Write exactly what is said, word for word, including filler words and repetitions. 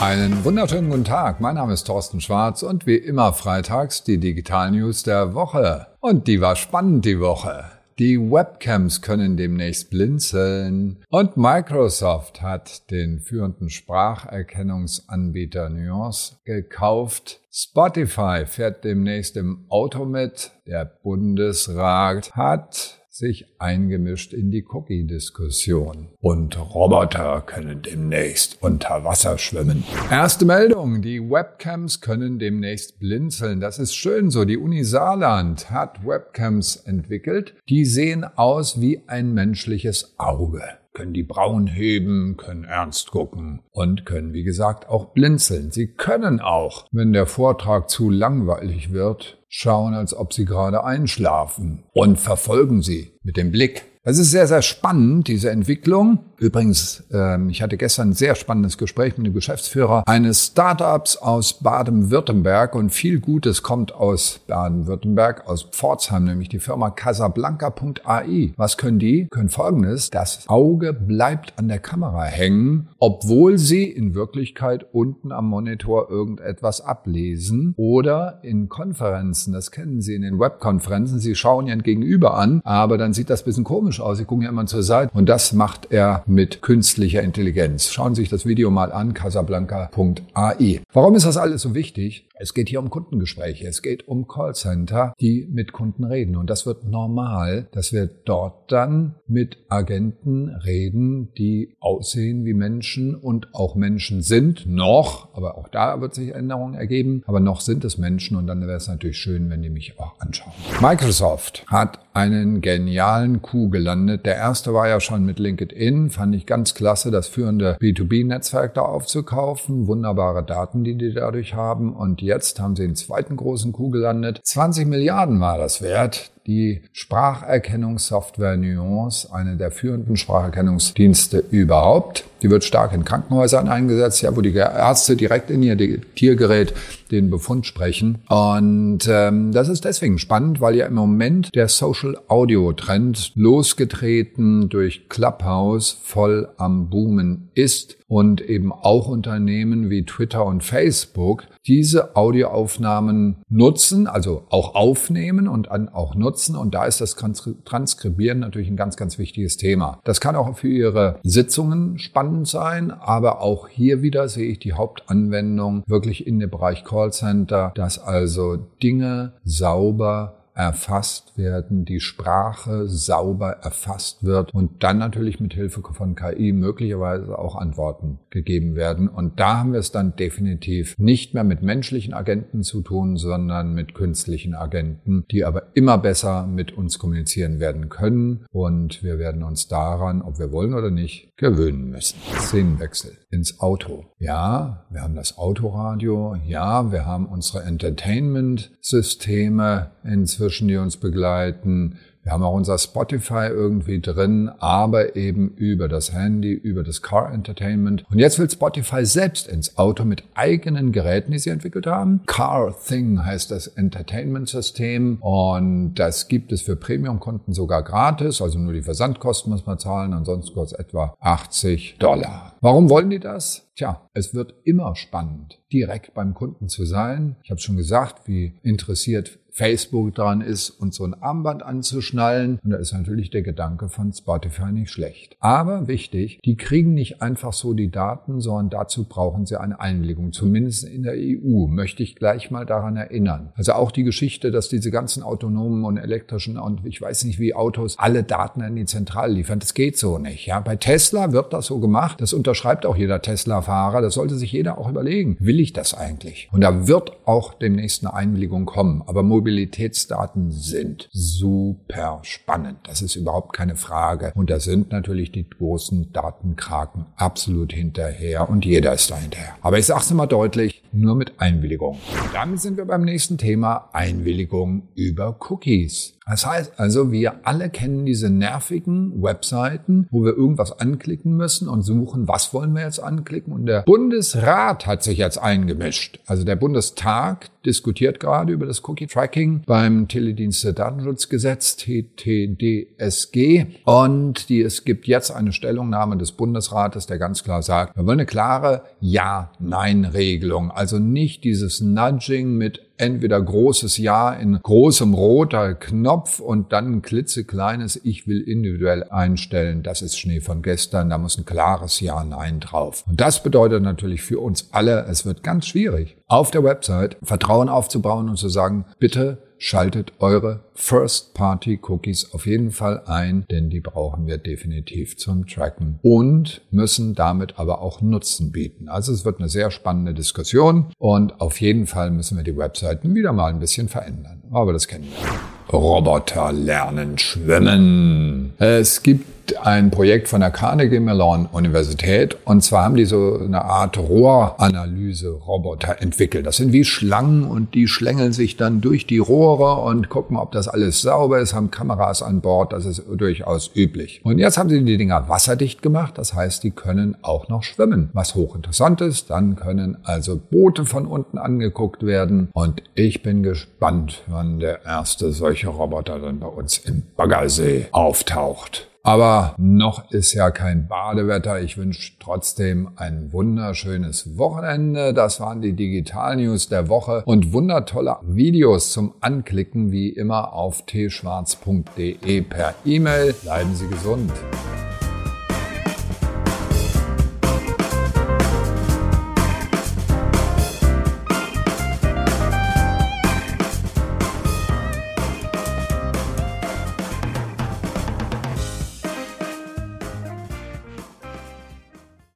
Einen wunderschönen guten Tag. Mein Name ist Thorsten Schwarz und wie immer freitags die Digital News der Woche. Und die war spannend die Woche. Die Webcams können demnächst blinzeln und Microsoft hat den führenden Spracherkennungsanbieter Nuance gekauft. Spotify fährt demnächst im Auto mit. Der Bundesrat hat sich eingemischt in die Cookie-Diskussion. Und Roboter können demnächst unter Wasser schwimmen. Erste Meldung, die Webcams können demnächst blinzeln. Das ist schön so. Die Uni Saarland hat Webcams entwickelt. Die sehen aus wie ein menschliches Auge. Können die Brauen heben, können ernst gucken und können, wie gesagt, auch blinzeln. Sie können auch, wenn der Vortrag zu langweilig wird, schauen, als ob sie gerade einschlafen und verfolgen sie mit dem Blick. Das ist sehr, sehr spannend, diese Entwicklung. Übrigens, ähm, ich hatte gestern ein sehr spannendes Gespräch mit dem Geschäftsführer eines Startups aus Baden-Württemberg und viel Gutes kommt aus Baden-Württemberg, aus Pforzheim, nämlich die Firma Casablanca Punkt A I. Was können die? Können Folgendes: Das Auge bleibt an der Kamera hängen, obwohl sie in Wirklichkeit unten am Monitor irgendetwas ablesen oder in Konferenzen, das kennen Sie in den Webkonferenzen, Sie schauen Ihren Gegenüber an, aber dann sieht das ein bisschen komisch aus. Sie gucken ja immer zur Seite und das macht er mit künstlicher Intelligenz. Schauen Sie sich das Video mal an, Casablanca Punkt A I. Warum ist das alles so wichtig? Es geht hier um Kundengespräche, es geht um Callcenter, die mit Kunden reden. Und das wird normal, dass wir dort dann mit Agenten reden, die aussehen wie Menschen und auch Menschen sind. Noch, aber auch da wird sich Änderungen ergeben. Aber noch sind es Menschen und dann wäre es natürlich schön, wenn die mich auch anschauen. Microsoft hat einen genialen Coup gelandet. Der erste war ja schon mit LinkedIn. Fand ich ganz klasse, das führende B zwei B Netzwerk da aufzukaufen. Wunderbare Daten, die die dadurch haben. Und jetzt haben sie den zweiten großen Coup gelandet. zwanzig Milliarden war das wert. Die Spracherkennungssoftware Nuance, eine der führenden Spracherkennungsdienste überhaupt. Die wird stark in Krankenhäusern eingesetzt, ja, wo die Ärzte direkt in ihr Diktiergerät den Befund sprechen. Und ähm, das ist deswegen spannend, weil ja im Moment der Social-Audio-Trend losgetreten durch Clubhouse voll am Boomen ist und eben auch Unternehmen wie Twitter und Facebook diese Audioaufnahmen nutzen, also auch aufnehmen und dann auch nutzen. Und da ist das Transkribieren natürlich ein ganz, ganz wichtiges Thema. Das kann auch für Ihre Sitzungen spannend sein, aber auch hier wieder sehe ich die Hauptanwendung wirklich in dem Bereich Callcenter, dass also Dinge sauber erfasst werden, die Sprache sauber erfasst wird und dann natürlich mit Hilfe von K I möglicherweise auch Antworten gegeben werden. Und da haben wir es dann definitiv nicht mehr mit menschlichen Agenten zu tun, sondern mit künstlichen Agenten, die aber immer besser mit uns kommunizieren werden können. Und wir werden uns daran, ob wir wollen oder nicht, gewöhnen müssen. Szenenwechsel ins Auto. Ja, wir haben das Autoradio. Ja, wir haben unsere Entertainment-Systeme inzwischen, die uns begleiten. Wir haben auch unser Spotify irgendwie drin, aber eben über das Handy, über das Car Entertainment. Und jetzt will Spotify selbst ins Auto mit eigenen Geräten, die sie entwickelt haben. Car Thing heißt das Entertainment-System und das gibt es für Premium-Kunden sogar gratis, also nur die Versandkosten muss man zahlen, ansonsten kostet es etwa achtzig Dollar. Warum wollen die das? Tja, es wird immer spannend, direkt beim Kunden zu sein. Ich habe schon gesagt, wie interessiert Facebook daran ist, uns so ein Armband anzuschnallen. Und da ist natürlich der Gedanke von Spotify nicht schlecht. Aber wichtig, die kriegen nicht einfach so die Daten, sondern dazu brauchen sie eine Einwilligung. Zumindest in der E U möchte ich gleich mal daran erinnern. Also auch die Geschichte, dass diese ganzen autonomen und elektrischen und ich weiß nicht wie Autos alle Daten an die Zentrale liefern. Das geht so nicht. Ja, bei Tesla wird das so gemacht. Das unterschreibt auch jeder Tesla-Fahrer. Das sollte sich jeder auch überlegen. Will ich das eigentlich? Und da wird auch demnächst eine Einwilligung kommen. Aber Mobilitätsdaten sind super spannend. Das ist überhaupt keine Frage. Und da sind natürlich die großen Datenkraken absolut hinterher und jeder ist da hinterher. Aber ich sage es immer deutlich, nur mit Einwilligung. Und damit sind wir beim nächsten Thema, Einwilligung über Cookies. Das heißt also, wir alle kennen diese nervigen Webseiten, wo wir irgendwas anklicken müssen und suchen, was wollen wir jetzt anklicken. Und der Bundesrat hat sich jetzt eingemischt. Also der Bundestag diskutiert gerade über das Cookie-Tracking beim Teledienste-Datenschutzgesetz T T D S G. Und die, es gibt jetzt eine Stellungnahme des Bundesrates, der ganz klar sagt, wir wollen eine klare Ja-Nein-Regelung. Also nicht dieses Nudging mit entweder großes Ja in großem roter Knopf und dann ein klitzekleines Ich will individuell einstellen. Das ist Schnee von gestern. Da muss ein klares Ja, Nein drauf. Und das bedeutet natürlich für uns alle, es wird ganz schwierig, auf der Website Vertrauen aufzubauen und zu sagen, bitte schaltet eure First-Party-Cookies auf jeden Fall ein, denn die brauchen wir definitiv zum Tracken und müssen damit aber auch Nutzen bieten. Also es wird eine sehr spannende Diskussion und auf jeden Fall müssen wir die Webseiten wieder mal ein bisschen verändern. Aber das kennen wir. Roboter lernen schwimmen. Es gibt ein Projekt von der Carnegie Mellon Universität und zwar haben die so eine Art Rohranalyse-Roboter entwickelt. Das sind wie Schlangen und die schlängeln sich dann durch die Rohre und gucken, ob das alles sauber ist, haben Kameras an Bord, das ist durchaus üblich. Und jetzt haben sie die Dinger wasserdicht gemacht, das heißt, die können auch noch schwimmen, was hochinteressant ist. Dann können also Boote von unten angeguckt werden und ich bin gespannt, wann der erste solche Roboter dann bei uns im Baggersee auftaucht. Aber noch ist ja kein Badewetter. Ich wünsche trotzdem ein wunderschönes Wochenende. Das waren die Digital News der Woche und wundertolle Videos zum Anklicken wie immer auf t schwarz punkt de per E-Mail. Bleiben Sie gesund.